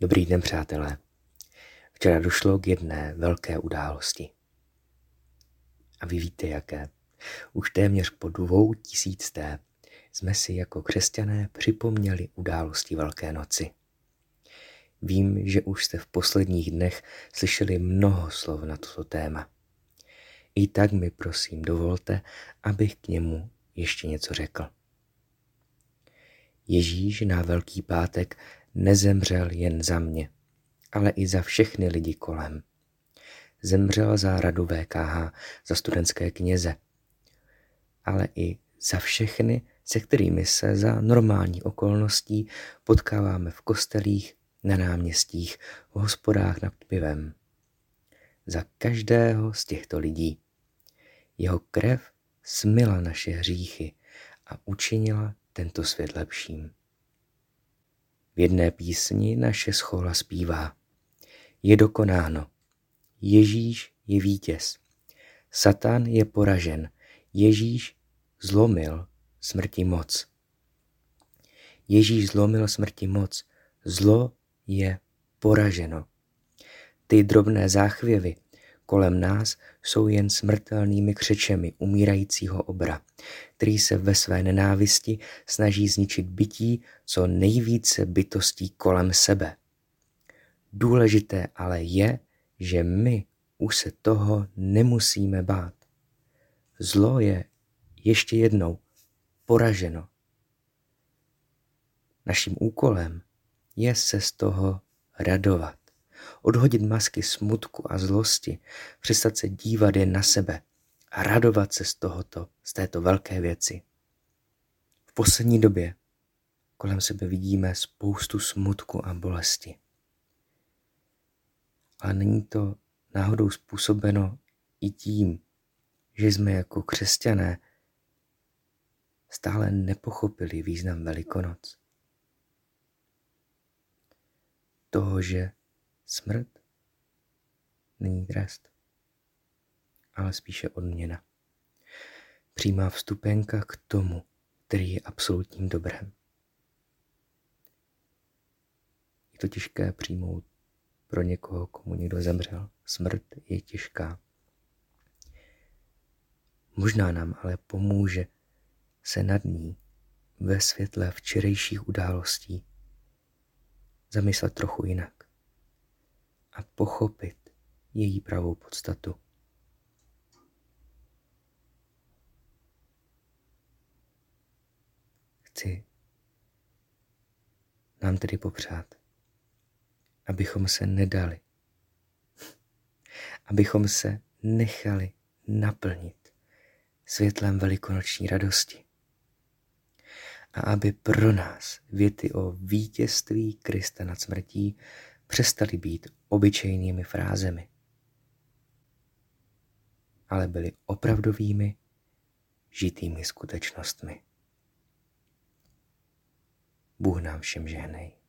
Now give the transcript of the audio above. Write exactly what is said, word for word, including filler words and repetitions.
Dobrý den, přátelé. Včera došlo k jedné velké události. A vy víte jaké. Už téměř po dvou tisícté jsme si jako křesťané připomněli události Velké noci. Vím, že už jste v posledních dnech slyšeli mnoho slov na toto téma. I tak mi prosím dovolte, abych k němu ještě něco řekl. Ježíš na Velký pátek nezemřel jen za mě, ale i za všechny lidi kolem. Zemřel za radu V K H, za studentské kněze, ale i za všechny, se kterými se za normální okolností potkáváme v kostelích, na náměstích, v hospodách nad pivem. Za každého z těchto lidí. Jeho krev smyla naše hříchy a učinila tento svět lepším. V jedné písni naše schola zpívá: Je dokonáno, Ježíš je vítěz, Satan je poražen, Ježíš zlomil smrti moc. Ježíš zlomil smrti moc, zlo je poraženo. Ty drobné záchvěvy kolem nás jsou jen smrtelnými křečemi umírajícího obra, který se ve své nenávisti snaží zničit bytí co nejvíce bytostí kolem sebe. Důležité ale je, že my už se toho nemusíme bát. Zlo je ještě jednou poraženo. Naším úkolem je se z toho radovat. Odhodit masky smutku a zlosti, přestat se dívat jen na sebe a radovat se z tohoto, z této velké věci. V poslední době kolem sebe vidíme spoustu smutku a bolesti. Ale není to náhodou způsobeno i tím, že jsme jako křesťané stále nepochopili význam Velikonoc. Toho, že smrt není trest, ale spíše odměna. Přímá vstupenka k tomu, který je absolutním dobrem. Je to těžké přijmout pro někoho, komu někdo zemřel. Smrt je těžká. Možná nám ale pomůže se nad ní ve světle včerejších událostí zamyslet trochu jinak a pochopit její pravou podstatu. Chci nám tedy popřát, abychom se nedali, abychom se nechali naplnit světlem velikonoční radosti a aby pro nás věty o vítězství Krista nad smrtí přestaly být obyčejnými frázemi, ale byly opravdovými, žitými skutečnostmi. Bůh nám všem žehnej.